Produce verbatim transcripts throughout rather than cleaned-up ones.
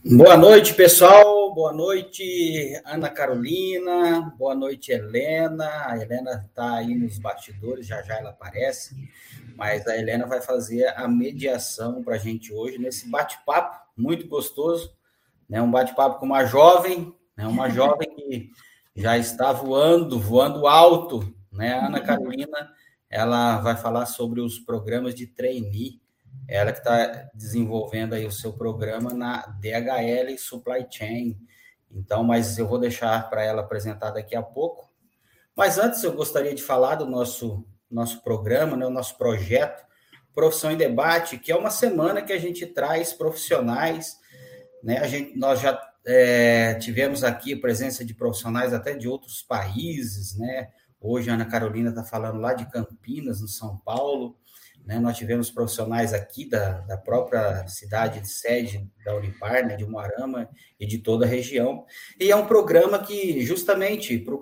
Boa noite, pessoal. Boa noite, Ana Carolina. Boa noite, Helena. A Helena está aí nos bastidores, já já ela aparece. Mas a Helena vai fazer a mediação para a gente hoje, nesse bate-papo muito gostoso, né? Um bate-papo com uma jovem, né? Uma jovem que já está voando, voando alto, né? A Ana Carolina, ela vai falar sobre os programas de trainee. Ela que está desenvolvendo aí o seu programa na D H L Supply Chain. Então, mas eu vou deixar para ela apresentar daqui a pouco. Mas antes eu gostaria de falar do nosso, nosso programa, né, o nosso projeto Profissão em Debate, que é uma semana que a gente traz profissionais, né? A gente, nós já é, tivemos aqui a presença de profissionais até de outros países, né? Hoje a Ana Carolina está falando lá de Campinas, no São Paulo. Né, nós tivemos profissionais aqui da, da própria cidade de sede da Unipar, né, de Umuarama e de toda a região. E é um programa que, justamente, para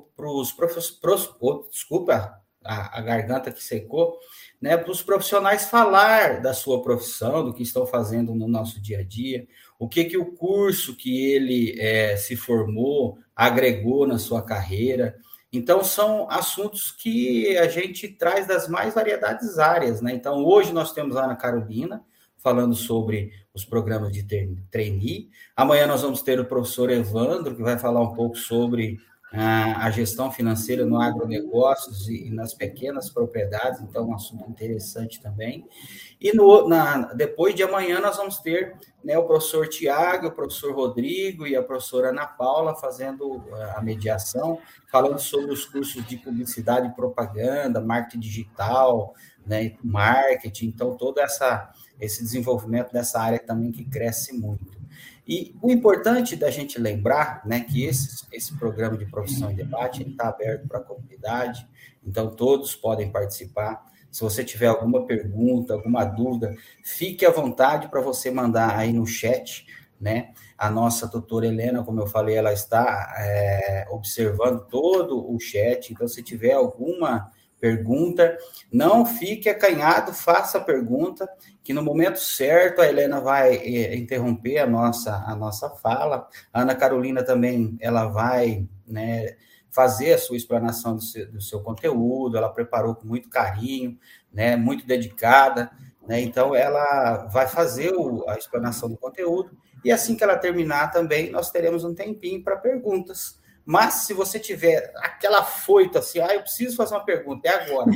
os professores... Desculpa a, a garganta que secou, né, para os profissionais falar da sua profissão, do que estão fazendo no nosso dia a dia, o que, que o curso que ele é, se formou agregou na sua carreira. Então, são assuntos que a gente traz das mais variedades áreas, né? Então, hoje nós temos a Ana Carolina falando sobre os programas de trainee. Amanhã nós vamos ter o professor Evandro, que vai falar um pouco sobre a, a gestão financeira no agronegócios e, e nas pequenas propriedades. Então, um assunto interessante também. E no, na, depois de amanhã nós vamos ter, né, o professor Tiago, o professor Rodrigo e a professora Ana Paula fazendo a mediação, falando sobre os cursos de publicidade e propaganda, marketing digital, né, marketing, então todo essa, esse desenvolvimento dessa área também que cresce muito. E o importante da gente lembrar, né, que esse, esse programa de Profissão em Debate está aberto para a comunidade, então todos podem participar. Se você tiver alguma pergunta, alguma dúvida, fique à vontade para você mandar aí no chat, né? A nossa doutora Helena, como eu falei, ela está é, observando todo o chat, então se tiver alguma pergunta, não fique acanhado, faça a pergunta, que no momento certo a Helena vai é, interromper a nossa, a nossa fala, a Ana Carolina também, ela vai, né, fazer a sua explanação do seu, do seu conteúdo, ela preparou com muito carinho, né, muito dedicada, né, então ela vai fazer o, a explanação do conteúdo, e assim que ela terminar também, nós teremos um tempinho para perguntas. Mas se você tiver aquela foita assim, ah, eu preciso fazer uma pergunta, é agora.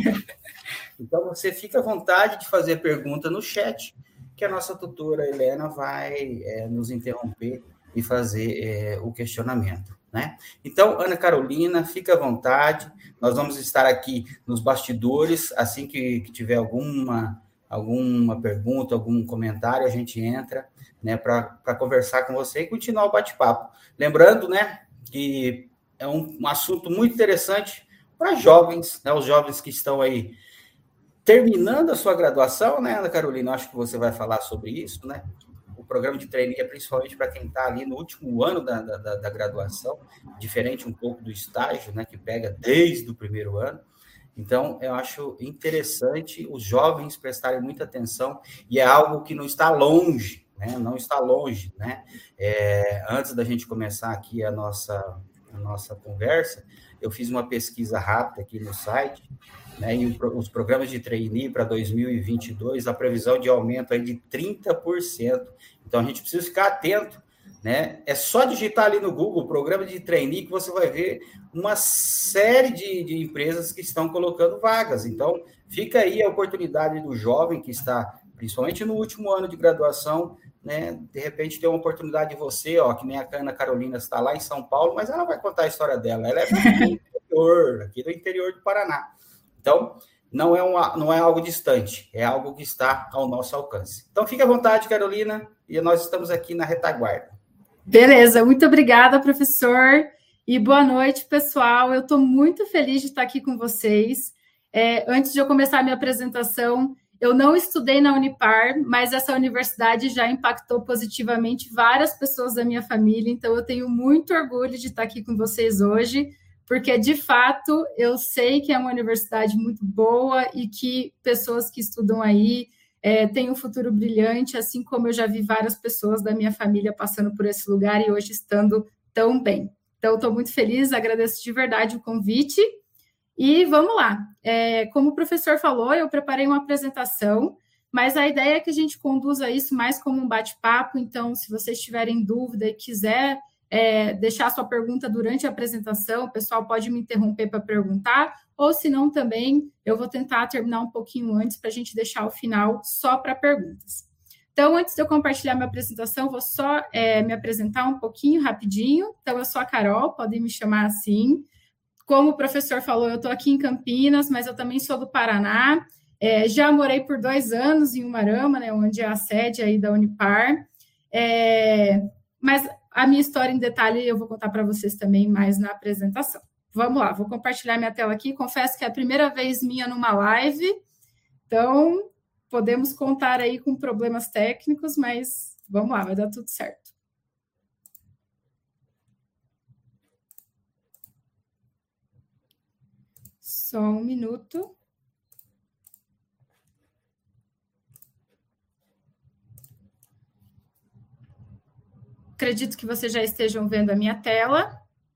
Então você fica à vontade de fazer pergunta no chat, que a nossa tutora Helena vai é, nos interromper e fazer é, o questionamento. Né? Então, Ana Carolina, fica à vontade, nós vamos estar aqui nos bastidores, assim que, que tiver alguma, alguma pergunta, algum comentário, a gente entra, né, para conversar com você e continuar o bate-papo. Lembrando, né, que é um, um assunto muito interessante para jovens, né, os jovens que estão aí terminando a sua graduação, né, Ana Carolina, acho que você vai falar sobre isso, né? O programa de trainee é principalmente para quem está ali no último ano da, da, da graduação, diferente um pouco do estágio, né, que pega desde o primeiro ano. Então, eu acho interessante os jovens prestarem muita atenção, e é algo que não está longe, né, não está longe, né? É, antes da gente começar aqui a nossa, a nossa conversa, eu fiz uma pesquisa rápida aqui no site, né, e os programas de trainee para dois mil e vinte e dois, a previsão de aumento é de trinta por cento. Então, a gente precisa ficar atento, né? É só digitar ali no Google, programa de trainee, que você vai ver uma série de, de empresas que estão colocando vagas. Então, fica aí a oportunidade do jovem que está, principalmente no último ano de graduação, né? De repente ter uma oportunidade de você, ó, que nem a Ana Carolina está lá em São Paulo, mas ela vai contar a história dela. Ela é daqui do interior, aqui do interior do Paraná. Então, não é, uma, não é algo distante, é algo que está ao nosso alcance. Então, fique à vontade, Carolina, e nós estamos aqui na retaguarda. Beleza, muito obrigada, professor, e boa noite, pessoal. Eu estou muito feliz de estar aqui com vocês. É, antes de eu começar a minha apresentação, eu não estudei na Unipar, mas essa universidade já impactou positivamente várias pessoas da minha família, então eu tenho muito orgulho de estar aqui com vocês hoje, porque, de fato, eu sei que é uma universidade muito boa e que pessoas que estudam aí é, tem um futuro brilhante, assim como eu já vi várias pessoas da minha família passando por esse lugar e hoje estando tão bem. Então, estou muito feliz, agradeço de verdade o convite. E vamos lá. É, como o professor falou, eu preparei uma apresentação, mas a ideia é que a gente conduza isso mais como um bate-papo. Então, se vocês tiverem dúvida e quiser é, deixar sua pergunta durante a apresentação, o pessoal pode me interromper para perguntar, ou se não também, eu vou tentar terminar um pouquinho antes para a gente deixar o final só para perguntas. Então, antes de eu compartilhar minha apresentação, vou só é, me apresentar um pouquinho, rapidinho. Então, eu sou a Carol, podem me chamar assim. Como o professor falou, eu estou aqui em Campinas, mas eu também sou do Paraná. É, já morei por dois anos em Umuarama, né, onde é a sede aí da Unipar. É, mas a minha história em detalhe eu vou contar para vocês também mais na apresentação. Vamos lá, vou compartilhar minha tela aqui. Confesso que é a primeira vez minha numa live, então podemos contar aí com problemas técnicos, mas vamos lá, vai dar tudo certo. Só um minuto. Acredito que vocês já estejam vendo a minha tela.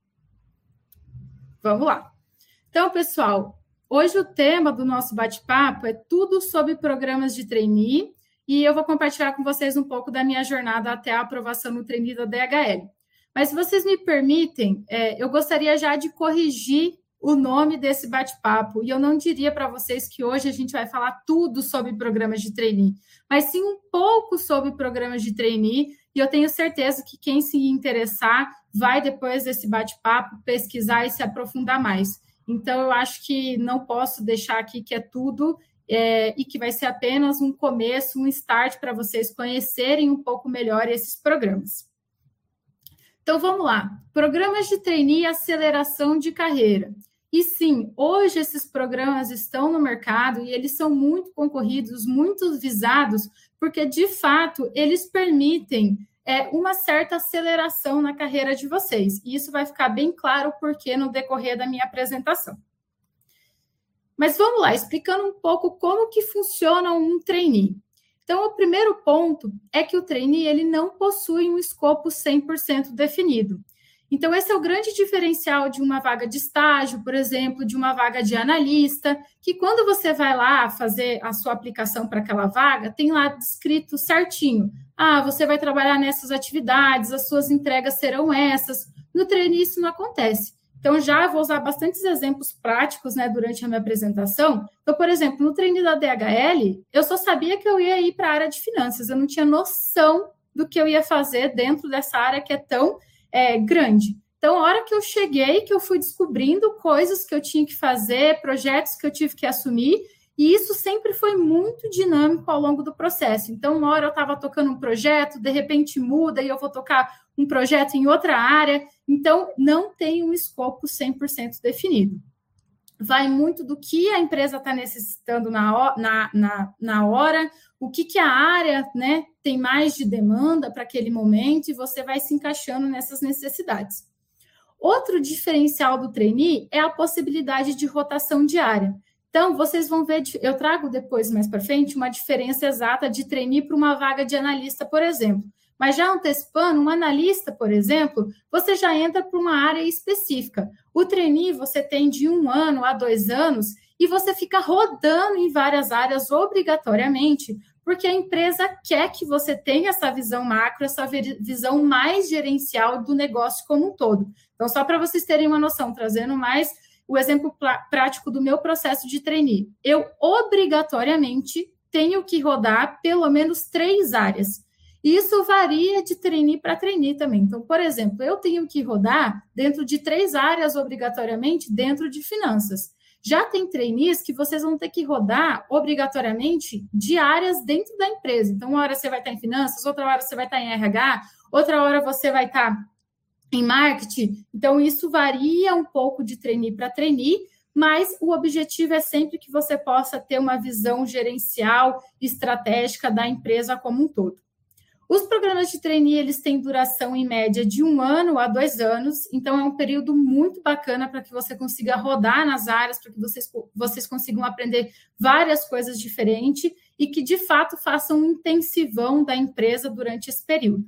Vamos lá. Então, pessoal, hoje o tema do nosso bate-papo é tudo sobre programas de trainee e eu vou compartilhar com vocês um pouco da minha jornada até a aprovação no trainee da D H L. Mas, se vocês me permitem, é, eu gostaria já de corrigir o nome desse bate-papo, e eu não diria para vocês que hoje a gente vai falar tudo sobre programas de trainee, mas sim um pouco sobre programas de trainee, e eu tenho certeza que quem se interessar vai, depois desse bate-papo, pesquisar e se aprofundar mais. Então, eu acho que não posso deixar aqui que é tudo, é, e que vai ser apenas um começo, um start para vocês conhecerem um pouco melhor esses programas. Então, vamos lá. Programas de trainee e aceleração de carreira. E sim, hoje esses programas estão no mercado e eles são muito concorridos, muito visados, porque, de fato, eles permitem é, uma certa aceleração na carreira de vocês. E isso vai ficar bem claro porque no decorrer da minha apresentação. Mas vamos lá, explicando um pouco como que funciona um trainee. Então, o primeiro ponto é que o trainee ele não possui um escopo cem por cento definido. Então, esse é o grande diferencial de uma vaga de estágio, por exemplo, de uma vaga de analista, que quando você vai lá fazer a sua aplicação para aquela vaga, tem lá descrito certinho. Ah, você vai trabalhar nessas atividades, as suas entregas serão essas. No trainee isso não acontece. Então, já vou usar bastantes exemplos práticos, né, durante a minha apresentação. Então, por exemplo, no trainee da D H L, eu só sabia que eu ia ir para a área de finanças. Eu não tinha noção do que eu ia fazer dentro dessa área que é tão é, grande. Então, a hora que eu cheguei, que eu fui descobrindo coisas que eu tinha que fazer, projetos que eu tive que assumir, e isso sempre foi muito dinâmico ao longo do processo. Então, uma hora eu estava tocando um projeto, de repente muda e eu vou tocar um projeto em outra área. Então, não tem um escopo cem por cento definido. Vai muito do que a empresa está necessitando na, na, na, na hora, o que, que a área, né, tem mais de demanda para aquele momento, e você vai se encaixando nessas necessidades. Outro diferencial do trainee é a possibilidade de rotação diária. Então, vocês vão ver, eu trago depois, mais para frente, uma diferença exata de trainee para uma vaga de analista, por exemplo. Mas já antecipando, um analista, por exemplo, você já entra para uma área específica. O trainee você tem de um ano a dois anos e você fica rodando em várias áreas obrigatoriamente, porque a empresa quer que você tenha essa visão macro, essa visão mais gerencial do negócio como um todo. Então, só para vocês terem uma noção, trazendo mais o exemplo prático do meu processo de trainee. Eu, obrigatoriamente, tenho que rodar pelo menos três áreas. E isso varia de trainee para trainee também. Então, por exemplo, eu tenho que rodar dentro de três áreas, obrigatoriamente, dentro de finanças. Já tem trainees que vocês vão ter que rodar, obrigatoriamente, de áreas dentro da empresa. Então, uma hora você vai estar em finanças, outra hora você vai estar em R H, outra hora você vai estar em marketing. Então, isso varia um pouco de trainee para trainee, mas o objetivo é sempre que você possa ter uma visão gerencial, estratégica da empresa como um todo. Os programas de trainee, eles têm duração em média de um ano a dois anos, então é um período muito bacana para que você consiga rodar nas áreas, para que vocês, vocês consigam aprender várias coisas diferentes e que, de fato, façam um intensivão da empresa durante esse período.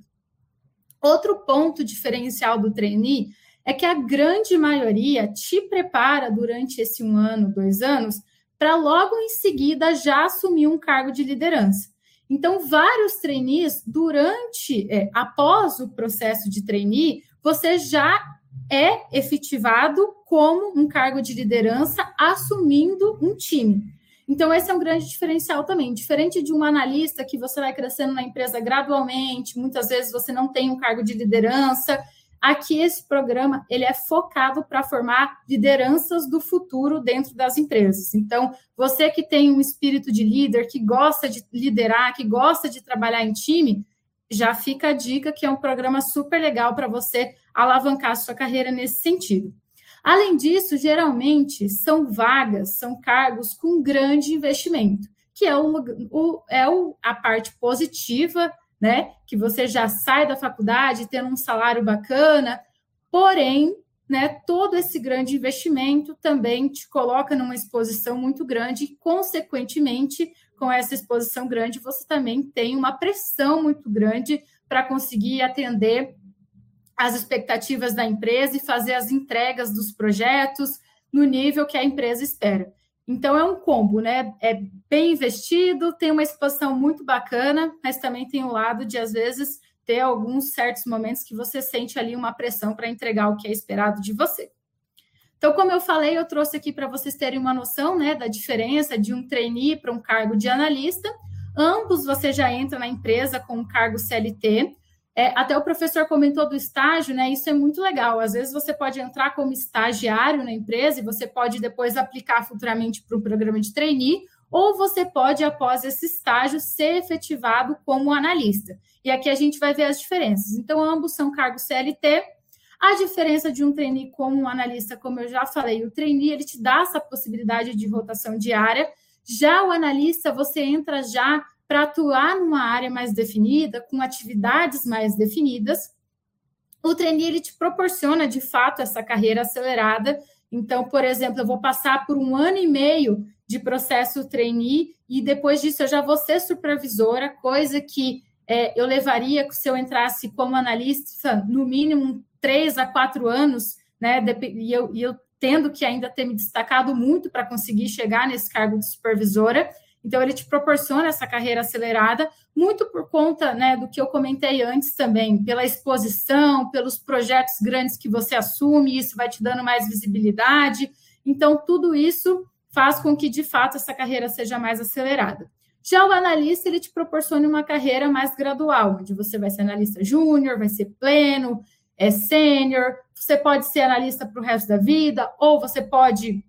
Outro ponto diferencial do trainee é que a grande maioria te prepara durante esse um ano, dois anos, para logo em seguida já assumir um cargo de liderança. Então, vários trainees, durante, é, após o processo de trainee, você já é efetivado como um cargo de liderança, assumindo um time. Então, esse é um grande diferencial também. Diferente de um analista que você vai crescendo na empresa gradualmente, muitas vezes você não tem um cargo de liderança. Aqui, esse programa ele é focado para formar lideranças do futuro dentro das empresas. Então, você que tem um espírito de líder, que gosta de liderar, que gosta de trabalhar em time, já fica a dica que é um programa super legal para você alavancar a sua carreira nesse sentido. Além disso, geralmente, são vagas, são cargos com grande investimento, que é, o, o, é o, a parte positiva, né? Que você já sai da faculdade tendo um salário bacana, porém, né, todo esse grande investimento também te coloca numa exposição muito grande e, consequentemente, com essa exposição grande, você também tem uma pressão muito grande para conseguir atender as expectativas da empresa e fazer as entregas dos projetos no nível que a empresa espera. Então, é um combo, né? É bem investido, tem uma exposição muito bacana, mas também tem o lado de, às vezes, ter alguns certos momentos que você sente ali uma pressão para entregar o que é esperado de você. Então, como eu falei, eu trouxe aqui para vocês terem uma noção, né, da diferença de um trainee para um cargo de analista. Ambos você já entra na empresa com um cargo C L T. É, até o professor comentou do estágio, né? Isso é muito legal. Às vezes você pode entrar como estagiário na empresa e você pode depois aplicar futuramente para o programa de trainee, ou você pode, após esse estágio, ser efetivado como analista. E aqui a gente vai ver as diferenças. Então, ambos são cargos C L T. A diferença de um trainee como um analista, como eu já falei, o trainee ele te dá essa possibilidade de rotação diária. Já o analista, você entra já para atuar numa área mais definida, com atividades mais definidas. O trainee ele te proporciona, de fato, essa carreira acelerada. Então, por exemplo, eu vou passar por um ano e meio de processo trainee e depois disso eu já vou ser supervisora, coisa que é, eu levaria se eu entrasse como analista, no mínimo, três a quatro anos, né? E eu, e eu tendo que ainda ter me destacado muito para conseguir chegar nesse cargo de supervisora. Então, ele te proporciona essa carreira acelerada, muito por conta, né, do que eu comentei antes também, pela exposição, pelos projetos grandes que você assume, isso vai te dando mais visibilidade. Então, tudo isso faz com que, de fato, essa carreira seja mais acelerada. Já o analista, ele te proporciona uma carreira mais gradual, onde você vai ser analista júnior, vai ser pleno, é sênior, você pode ser analista para o resto da vida, ou você pode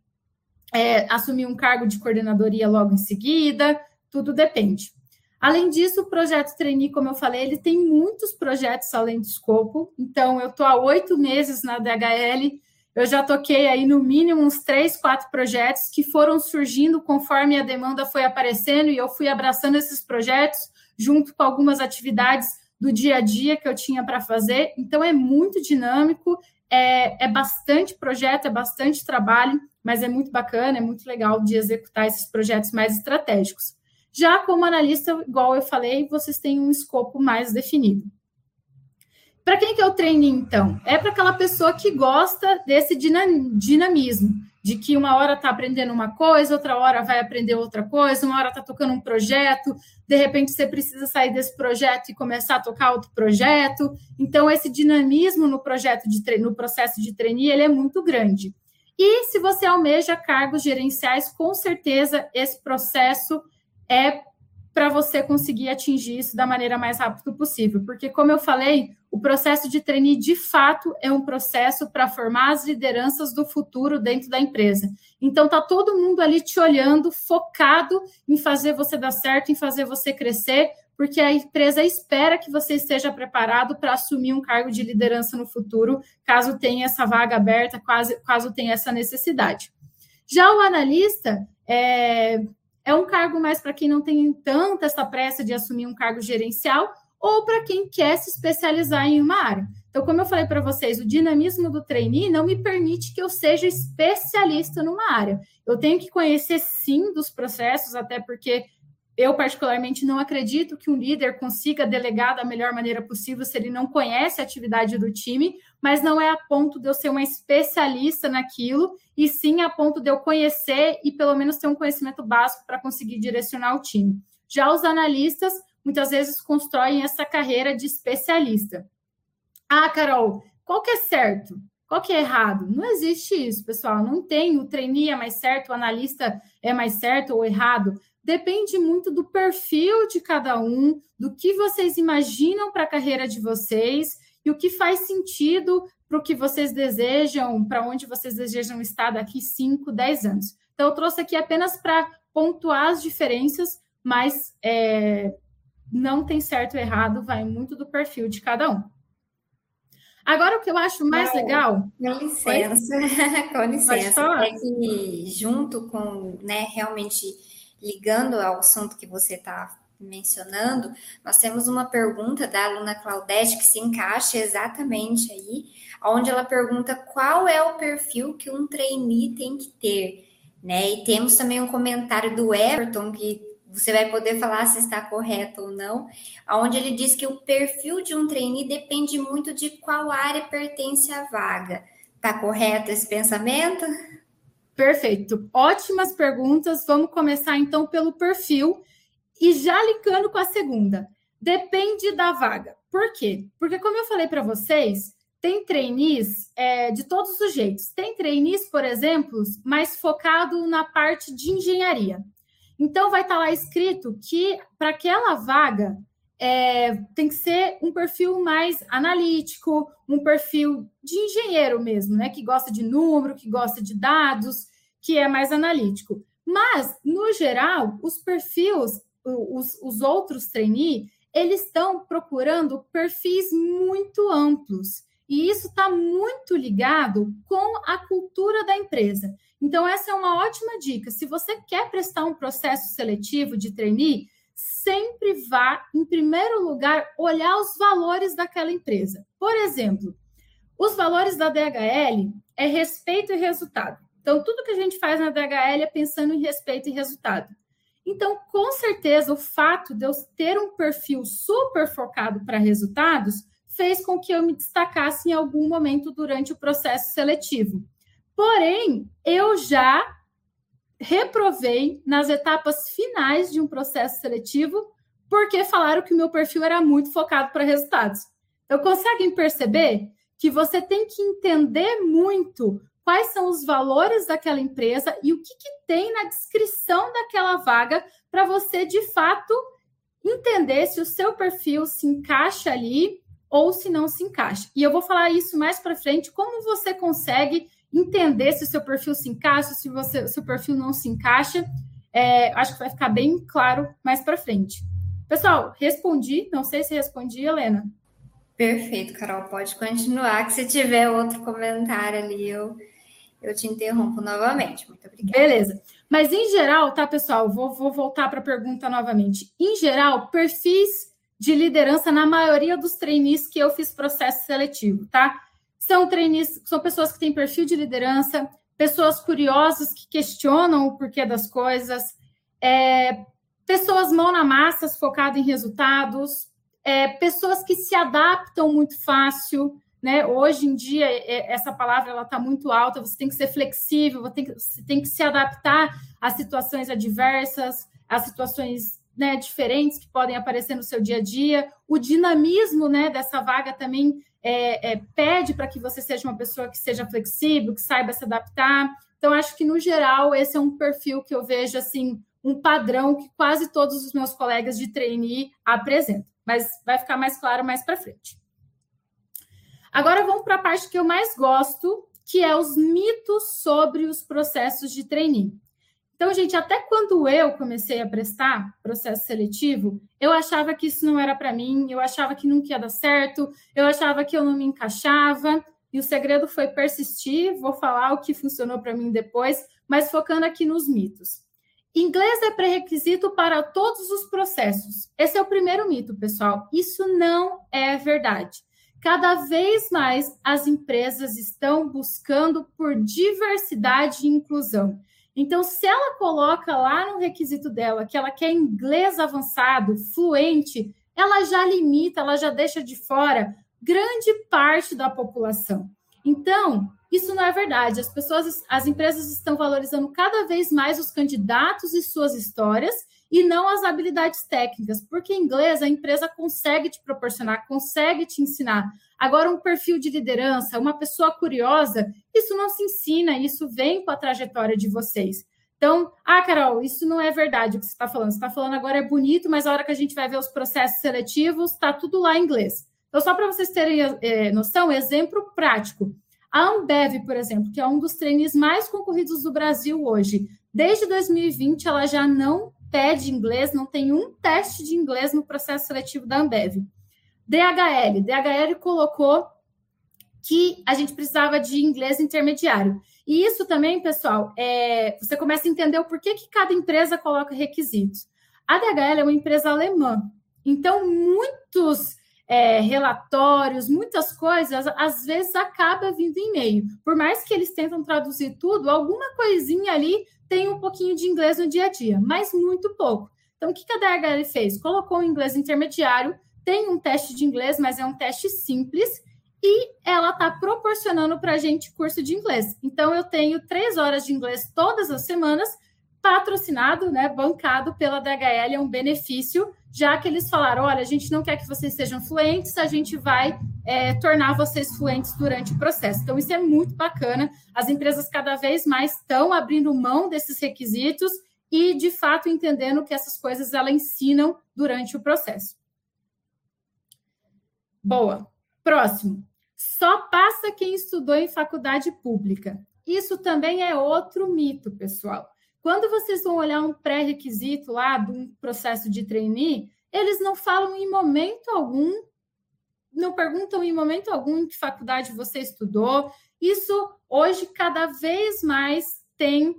É, assumir um cargo de coordenadoria logo em seguida, tudo depende. Além disso, o projeto trainee, como eu falei, ele tem muitos projetos além do escopo, então eu estou há oito meses na D H L, eu já toquei aí no mínimo uns três, quatro projetos que foram surgindo conforme a demanda foi aparecendo e eu fui abraçando esses projetos junto com algumas atividades do dia a dia que eu tinha para fazer, então é muito dinâmico, é, é bastante projeto, é bastante trabalho, mas é muito bacana, é muito legal de executar esses projetos mais estratégicos. Já como analista, igual eu falei, vocês têm um escopo mais definido. Para quem que é o trainee, então? É para aquela pessoa que gosta desse dinamismo, de que uma hora está aprendendo uma coisa, outra hora vai aprender outra coisa, uma hora está tocando um projeto, de repente você precisa sair desse projeto e começar a tocar outro projeto. Então, esse dinamismo no, projeto de tre- no processo de trainee, ele é muito grande. E se você almeja cargos gerenciais, com certeza esse processo é para você conseguir atingir isso da maneira mais rápida possível. Porque, como eu falei, o processo de trainee, de fato, é um processo para formar as lideranças do futuro dentro da empresa. Então, está todo mundo ali te olhando, focado em fazer você dar certo, em fazer você crescer, porque a empresa espera que você esteja preparado para assumir um cargo de liderança no futuro, caso tenha essa vaga aberta, caso, caso tenha essa necessidade. Já o analista é, é um cargo mais para quem não tem tanta essa pressa de assumir um cargo gerencial ou para quem quer se especializar em uma área. Então, como eu falei para vocês, o dinamismo do trainee não me permite que eu seja especialista numa área. Eu tenho que conhecer, sim, dos processos, até porque eu, particularmente, não acredito que um líder consiga delegar da melhor maneira possível se ele não conhece a atividade do time, mas não é a ponto de eu ser uma especialista naquilo, e sim a ponto de eu conhecer e, pelo menos, ter um conhecimento básico para conseguir direcionar o time. Já os analistas, muitas vezes, constroem essa carreira de especialista. Ah, Carol, qual que é certo? Qual que é errado? Não existe isso, pessoal. Não tem o trainee é mais certo, o analista é mais certo ou errado. Depende muito do perfil de cada um, do que vocês imaginam para a carreira de vocês e o que faz sentido para o que vocês desejam, para onde vocês desejam estar daqui cinco, dez anos. Então, eu trouxe aqui apenas para pontuar as diferenças, mas é, não tem certo ou errado, vai muito do perfil de cada um. Agora, o que eu acho mais Não, legal... Com licença, com licença. É que junto com, né, realmente ligando ao assunto que você está mencionando, nós temos uma pergunta da aluna Claudete que se encaixa exatamente aí, onde ela pergunta qual é o perfil que um trainee tem que ter, né? E temos também um comentário do Everton, que você vai poder falar se está correto ou não, onde ele diz que o perfil de um trainee depende muito de qual área pertence à vaga. Está correto esse pensamento? Perfeito. Ótimas perguntas. Vamos começar, então, pelo perfil. E já linkando com a segunda. Depende da vaga. Por quê? Porque, como eu falei para vocês, tem trainees é, de todos os jeitos. Tem trainees, por exemplo, mais focado na parte de engenharia. Então, vai estar lá escrito que, para aquela vaga, é, tem que ser um perfil mais analítico, um perfil de engenheiro mesmo, né? Que gosta de número, que gosta de dados, que é mais analítico. Mas, no geral, os perfis, os, os outros trainee, eles estão procurando perfis muito amplos. E isso está muito ligado com a cultura da empresa. Então, essa é uma ótima dica. Se você quer prestar um processo seletivo de trainee, sempre vá, em primeiro lugar, olhar os valores daquela empresa. Por exemplo, os valores da D H L é respeito e resultado. Então, tudo que a gente faz na D H L é pensando em respeito e resultado. Então, com certeza, o fato de eu ter um perfil super focado para resultados fez com que eu me destacasse em algum momento durante o processo seletivo. Porém, eu já reprovei nas etapas finais de um processo seletivo porque falaram que o meu perfil era muito focado para resultados. Então, conseguem perceber que você tem que entender muito quais são os valores daquela empresa e o que, que tem na descrição daquela vaga para você, de fato, entender se o seu perfil se encaixa ali ou se não se encaixa. E eu vou falar isso mais para frente, como você consegue entender se o seu perfil se encaixa, se você, o seu perfil não se encaixa. É, acho que vai ficar bem claro mais para frente. Pessoal, respondi, não sei se respondi, Helena. Perfeito, Carol, pode continuar, que se tiver outro comentário ali, eu, eu te interrompo novamente. Muito obrigada. Beleza. Mas, em geral, tá, pessoal, vou, vou voltar para a pergunta novamente. Em geral, perfis de liderança na maioria dos trainees que eu fiz processo seletivo, tá? São trainees, são pessoas que têm perfil de liderança, pessoas curiosas que questionam o porquê das coisas, é, pessoas mão na massa, focadas em resultados, é, pessoas que se adaptam muito fácil, né? Hoje em dia, é, essa palavra ela está muito alta, você tem que ser flexível, você tem que, você tem que se adaptar a situações adversas, a situações, né, diferentes que podem aparecer no seu dia a dia. O dinamismo, né, dessa vaga também é, é, pede para que você seja uma pessoa que seja flexível, que saiba se adaptar. Então, acho que, no geral, esse é um perfil que eu vejo, assim, um padrão que quase todos os meus colegas de trainee apresentam. Mas vai ficar mais claro mais para frente. Agora, vamos para a parte que eu mais gosto, que é os mitos sobre os processos de trainee. Então, gente, até quando eu comecei a prestar processo seletivo, eu achava que isso não era para mim, eu achava que nunca ia dar certo, eu achava que eu não me encaixava, e o segredo foi persistir. Vou falar o que funcionou para mim depois, mas focando aqui nos mitos. Inglês é pré-requisito para todos os processos. Esse é o primeiro mito, pessoal. Isso não é verdade. Cada vez mais as empresas estão buscando por diversidade e inclusão. Então, se ela coloca lá no requisito dela que ela quer inglês avançado, fluente, ela já limita, ela já deixa de fora grande parte da população. Então, isso não é verdade. As pessoas, as empresas estão valorizando cada vez mais os candidatos e suas histórias e não as habilidades técnicas, porque em inglês a empresa consegue te proporcionar, consegue te ensinar. Agora, um perfil de liderança, uma pessoa curiosa, isso não se ensina, isso vem com a trajetória de vocês. Então, ah, Carol, isso não é verdade o que você está falando. Você está falando agora é bonito, mas a hora que a gente vai ver os processos seletivos, está tudo lá em inglês. Então, só para vocês terem é, noção, exemplo prático. A Ambev, por exemplo, que é um dos trainees mais concorridos do Brasil hoje, desde dois mil e vinte ela já não pede inglês, não tem um teste de inglês no processo seletivo da Ambev. D H L, D H L colocou que a gente precisava de inglês intermediário. E isso também, pessoal, é, você começa a entender o porquê que cada empresa coloca requisitos. A D H L é uma empresa alemã, então muitos é, relatórios, muitas coisas, às vezes acaba vindo em e-mail. Por mais que eles tentam traduzir tudo, alguma coisinha ali tem um pouquinho de inglês no dia a dia, mas muito pouco. Então, o que a D H L fez? Colocou um inglês intermediário, tem um teste de inglês, mas é um teste simples, e ela está proporcionando para a gente curso de inglês. Então, eu tenho três horas de inglês todas as semanas, patrocinado, né, bancado pela D H L, é um benefício, já que eles falaram, olha, a gente não quer que vocês sejam fluentes, a gente vai é, tornar vocês fluentes durante o processo. Então, isso é muito bacana. As empresas cada vez mais estão abrindo mão desses requisitos e, de fato, entendendo que essas coisas elas ensinam durante o processo. Boa. Próximo. Só passa quem estudou em faculdade pública. Isso também é outro mito, pessoal. Quando vocês vão olhar um pré-requisito lá de um processo de trainee, eles não falam em momento algum, não perguntam em momento algum em que faculdade você estudou. Isso, hoje, cada vez mais tem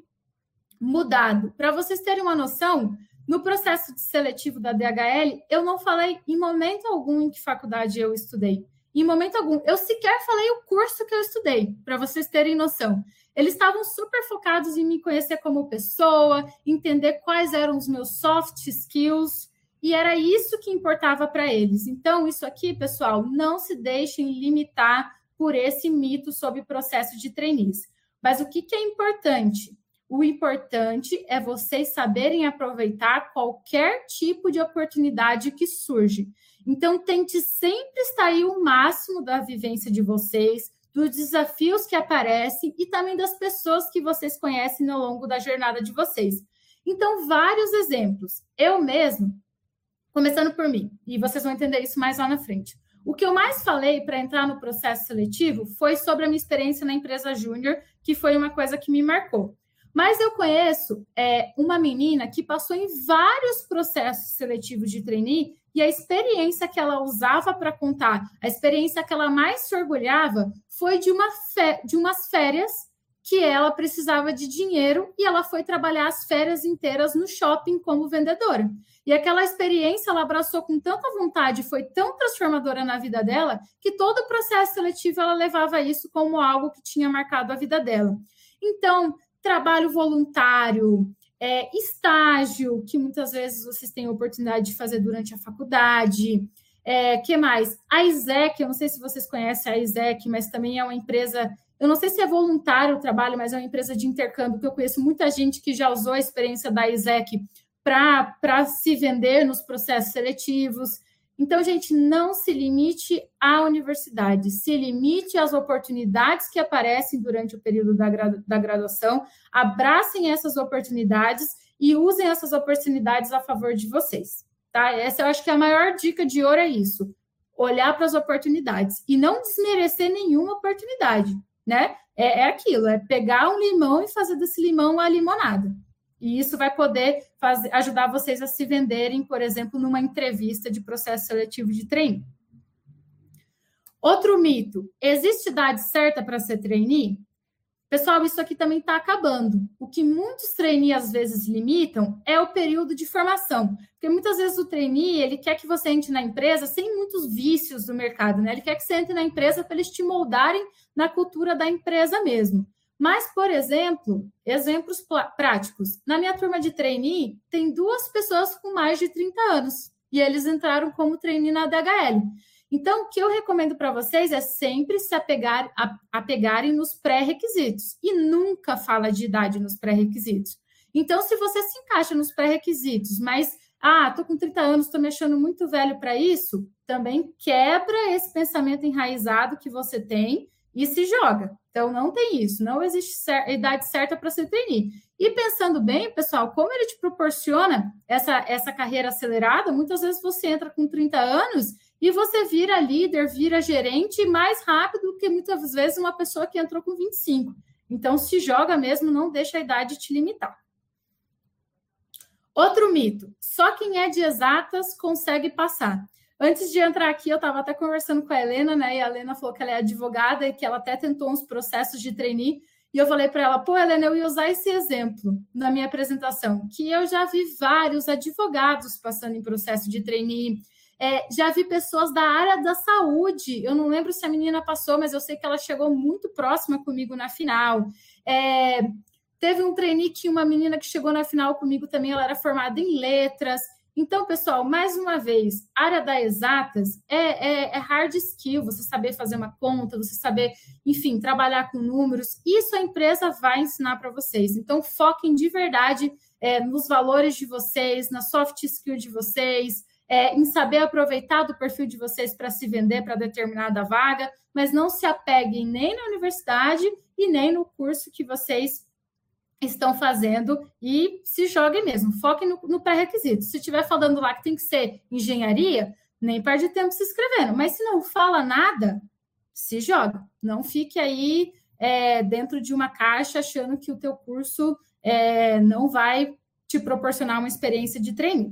mudado. Para vocês terem uma noção, no processo de seletivo da D H L, eu não falei em momento algum em que faculdade eu estudei. Em momento algum. Eu sequer falei o curso que eu estudei, para vocês terem noção. Eles estavam super focados em me conhecer como pessoa, entender quais eram os meus soft skills, e era isso que importava para eles. Então, isso aqui, pessoal, não se deixem limitar por esse mito sobre processo de trainees. Mas o que, que é importante? O importante é vocês saberem aproveitar qualquer tipo de oportunidade que surge. Então, tente sempre extrair o máximo da vivência de vocês, dos desafios que aparecem e também das pessoas que vocês conhecem ao longo da jornada de vocês. Então, vários exemplos. Eu mesmo, começando por mim, e vocês vão entender isso mais lá na frente. O que eu mais falei para entrar no processo seletivo foi sobre a minha experiência na empresa júnior, que foi uma coisa que me marcou. Mas eu conheço é, uma menina que passou em vários processos seletivos de trainee e a experiência que ela usava para contar, a experiência que ela mais se orgulhava foi de, uma fe- de umas férias que ela precisava de dinheiro e ela foi trabalhar as férias inteiras no shopping como vendedora. E aquela experiência ela abraçou com tanta vontade, foi tão transformadora na vida dela, que todo o processo seletivo ela levava isso como algo que tinha marcado a vida dela. Então, trabalho voluntário, é, estágio, que muitas vezes vocês têm a oportunidade de fazer durante a faculdade. É, que mais? A I S E C, eu não sei se vocês conhecem a I S E C, mas também é uma empresa, eu não sei se é voluntário o trabalho, mas é uma empresa de intercâmbio, que eu conheço muita gente que já usou a experiência da I S E C para se vender nos processos seletivos. Então, gente, não se limite à universidade, se limite às oportunidades que aparecem durante o período da, gradu- da graduação, abracem essas oportunidades e usem essas oportunidades a favor de vocês, tá? Essa eu acho que é a maior dica de ouro, é isso, olhar para as oportunidades e não desmerecer nenhuma oportunidade, né? É, é aquilo, é pegar um limão e fazer desse limão uma limonada. E isso vai poder fazer, ajudar vocês a se venderem, por exemplo, numa entrevista de processo seletivo de trainee. Outro mito, existe idade certa para ser trainee? Pessoal, isso aqui também está acabando. O que muitos trainees às vezes limitam é o período de formação. Porque muitas vezes o trainee, ele quer que você entre na empresa sem muitos vícios do mercado, né? Ele quer que você entre na empresa para eles te moldarem na cultura da empresa mesmo. Mas, por exemplo, exemplos práticos. Na minha turma de trainee, tem duas pessoas com mais de trinta anos. E eles entraram como trainee na A D H L. Então, o que eu recomendo para vocês é sempre se apegar, a, apegarem nos pré-requisitos. E nunca fala de idade nos pré-requisitos. Então, se você se encaixa nos pré-requisitos, mas, ah, estou com trinta anos, estou me achando muito velho para isso, também quebra esse pensamento enraizado que você tem e se joga. Então, não tem isso. Não existe cer- idade certa para ser trainee. E pensando bem, pessoal, como ele te proporciona essa, essa carreira acelerada, muitas vezes você entra com trinta anos e você vira líder, vira gerente mais rápido do que muitas vezes uma pessoa que entrou com vinte e cinco. Então, se joga mesmo, não deixa a idade te limitar. Outro mito, só quem é de exatas consegue passar. Antes de entrar aqui, eu estava até conversando com a Helena, né? E a Helena falou que ela é advogada e que ela até tentou uns processos de trainee. E eu falei para ela, pô, Helena, eu ia usar esse exemplo na minha apresentação, que eu já vi vários advogados passando em processo de trainee, é, já vi pessoas da área da saúde, eu não lembro se a menina passou, mas eu sei que ela chegou muito próxima comigo na final. É, teve um trainee que uma menina que chegou na final comigo também, ela era formada em letras. Então, pessoal, mais uma vez, área da exatas é, é, é hard skill, você saber fazer uma conta, você saber, enfim, trabalhar com números. Isso a empresa vai ensinar para vocês. Então, foquem de verdade é, nos valores de vocês, na soft skill de vocês, é, em saber aproveitar do perfil de vocês para se vender para determinada vaga, mas não se apeguem nem na universidade e nem no curso que vocês estão fazendo e se joguem mesmo, foquem no, no pré-requisito. Se estiver falando lá que tem que ser engenharia, nem perde tempo se inscrevendo, mas se não fala nada, se joga. Não fique aí é, dentro de uma caixa achando que o teu curso é, não vai te proporcionar uma experiência de trainee.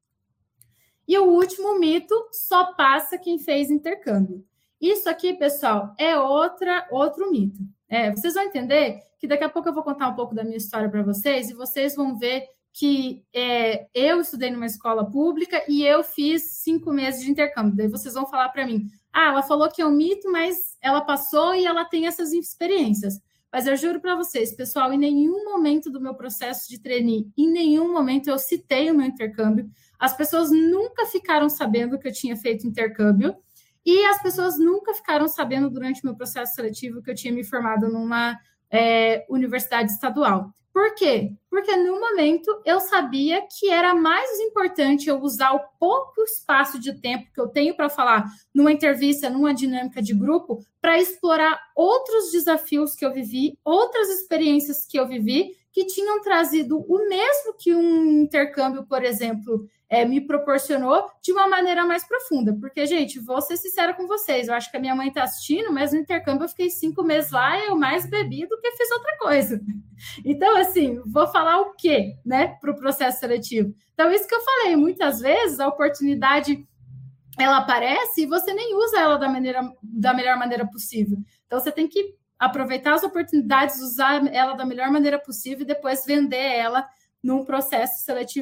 E o último mito, só passa quem fez intercâmbio. Isso aqui, pessoal, é outra, outro mito. É, vocês vão entender que daqui a pouco eu vou contar um pouco da minha história para vocês e vocês vão ver que é, eu estudei numa escola pública e eu fiz cinco meses de intercâmbio. Daí vocês vão falar para mim, ah, ela falou que é um mito, mas ela passou e ela tem essas experiências. Mas eu juro para vocês, pessoal, em nenhum momento do meu processo de trainee, em nenhum momento eu citei o meu intercâmbio. As pessoas nunca ficaram sabendo que eu tinha feito intercâmbio. E as pessoas nunca ficaram sabendo durante o meu processo seletivo que eu tinha me formado numa é, universidade estadual. Por quê? Porque no momento eu sabia que era mais importante eu usar o pouco espaço de tempo que eu tenho para falar numa entrevista, numa dinâmica de grupo, para explorar outros desafios que eu vivi, outras experiências que eu vivi, que tinham trazido o mesmo que um intercâmbio, por exemplo, É, me proporcionou de uma maneira mais profunda. Porque, gente, vou ser sincera com vocês, eu acho que a minha mãe está assistindo, mas no intercâmbio eu fiquei cinco meses lá e eu mais bebi do que fiz outra coisa. Então, assim, vou falar o quê, né, para o processo seletivo? Então, isso que eu falei, muitas vezes a oportunidade, ela aparece e você nem usa ela da, maneira, da melhor maneira possível. Então, você tem que aproveitar as oportunidades, usar ela da melhor maneira possível e depois vender ela num processo seletivo